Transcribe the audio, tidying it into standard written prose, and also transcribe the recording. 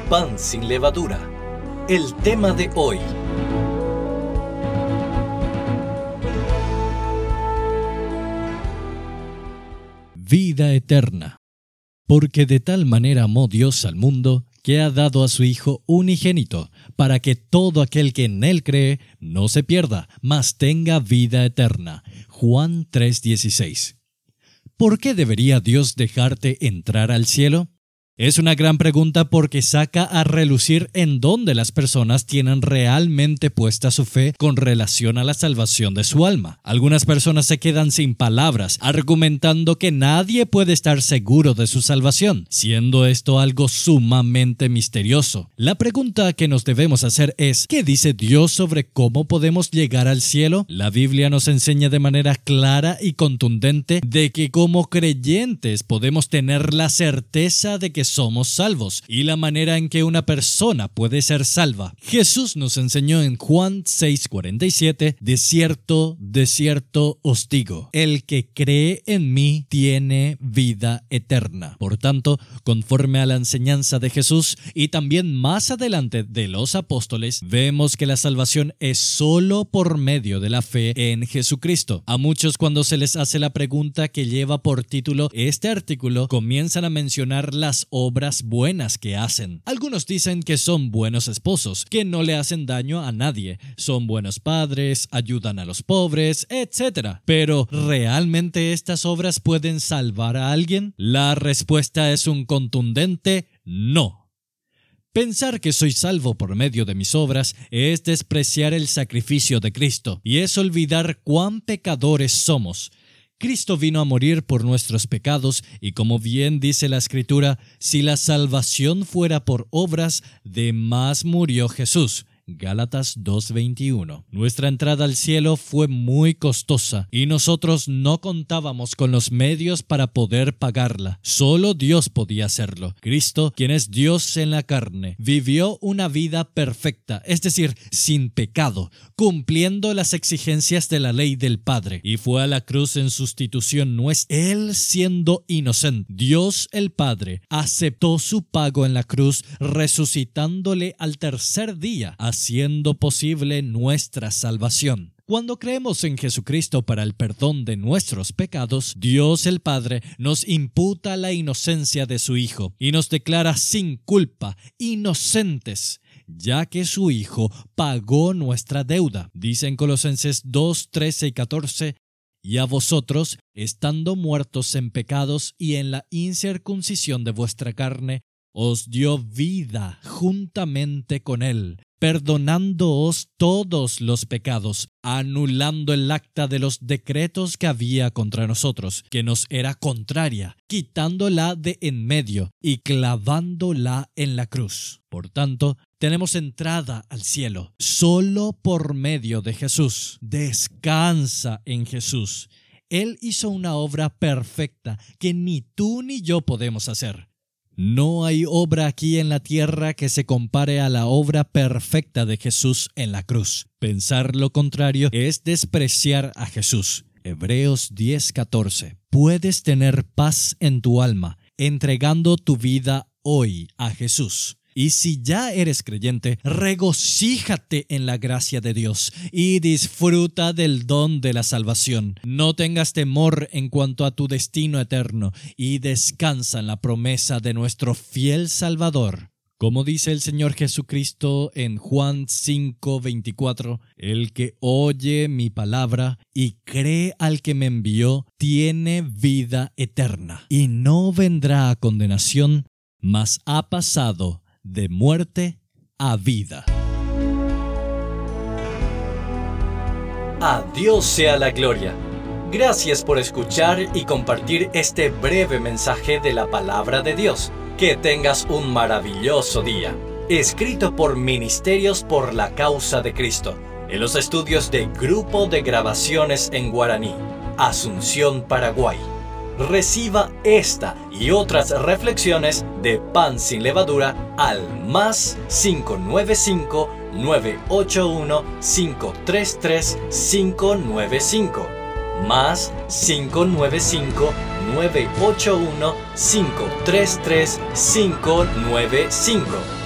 Pan sin Levadura. El tema de hoy: vida eterna. Porque de tal manera amó Dios al mundo, que ha dado a su Hijo unigénito, para que todo aquel que en Él cree no se pierda, mas tenga vida eterna. Juan 3:16. ¿Por qué debería Dios dejarte entrar al cielo? Es una gran pregunta porque saca a relucir en dónde las personas tienen realmente puesta su fe con relación a la salvación de su alma. Algunas personas se quedan sin palabras, argumentando que nadie puede estar seguro de su salvación, siendo esto algo sumamente misterioso. La pregunta que nos debemos hacer es: ¿qué dice Dios sobre cómo podemos llegar al cielo? La Biblia nos enseña de manera clara y contundente de que como creyentes podemos tener la certeza de que somos salvos y la manera en que una persona puede ser salva. Jesús nos enseñó en Juan 6:47: de cierto os digo, el que cree en mí tiene vida eterna. Por tanto, conforme a la enseñanza de Jesús y también más adelante de los apóstoles, vemos que la salvación es solo por medio de la fe en Jesucristo. A muchos, cuando se les hace la pregunta que lleva por título este artículo, comienzan a mencionar las obras buenas que hacen. Algunos dicen que son buenos esposos, que no le hacen daño a nadie, son buenos padres, ayudan a los pobres, etc. Pero, ¿realmente estas obras pueden salvar a alguien? La respuesta es un contundente no. Pensar que soy salvo por medio de mis obras es despreciar el sacrificio de Cristo y es olvidar cuán pecadores somos. Cristo vino a morir por nuestros pecados y, como bien dice la Escritura, si la salvación fuera por obras, de más murió Jesús. Gálatas 2:21. Nuestra entrada al cielo fue muy costosa y nosotros no contábamos con los medios para poder pagarla. Solo Dios podía hacerlo. Cristo, quien es Dios en la carne, vivió una vida perfecta, es decir, sin pecado, cumpliendo las exigencias de la ley del Padre, y fue a la cruz en sustitución nuestra. Él, siendo inocente, Dios el Padre aceptó su pago en la cruz, resucitándole al tercer día, haciendo posible nuestra salvación. Cuando creemos en Jesucristo para el perdón de nuestros pecados, Dios el Padre nos imputa la inocencia de su Hijo y nos declara sin culpa, inocentes, ya que su Hijo pagó nuestra deuda. Dice en Colosenses 2:13 y 14: y a vosotros, estando muertos en pecados y en la incircuncisión de vuestra carne, os dio vida juntamente con Él, perdonándoos todos los pecados, anulando el acta de los decretos que había contra nosotros, que nos era contraria, quitándola de en medio y clavándola en la cruz. Por tanto, tenemos entrada al cielo solo por medio de Jesús. Descansa en Jesús. Él hizo una obra perfecta que ni tú ni yo podemos hacer. No hay obra aquí en la tierra que se compare a la obra perfecta de Jesús en la cruz. Pensar lo contrario es despreciar a Jesús. Hebreos 10:14. Puedes tener paz en tu alma entregando tu vida hoy a Jesús. Y si ya eres creyente, regocíjate en la gracia de Dios y disfruta del don de la salvación. No tengas temor en cuanto a tu destino eterno y descansa en la promesa de nuestro fiel Salvador. Como dice el Señor Jesucristo en Juan 5:24, el que oye mi palabra y cree al que me envió, tiene vida eterna y no vendrá a condenación, mas ha pasado de muerte a vida. A Dios sea la gloria. Gracias por escuchar y compartir este breve mensaje de la palabra de Dios. Que tengas un maravilloso día. Escrito por Ministerios por la Causa de Cristo, en los estudios de Grupo de Grabaciones en Guaraní, Asunción, Paraguay. Reciba esta y otras reflexiones de Pan sin Levadura al +595 981 533 595 +595 981 533 595.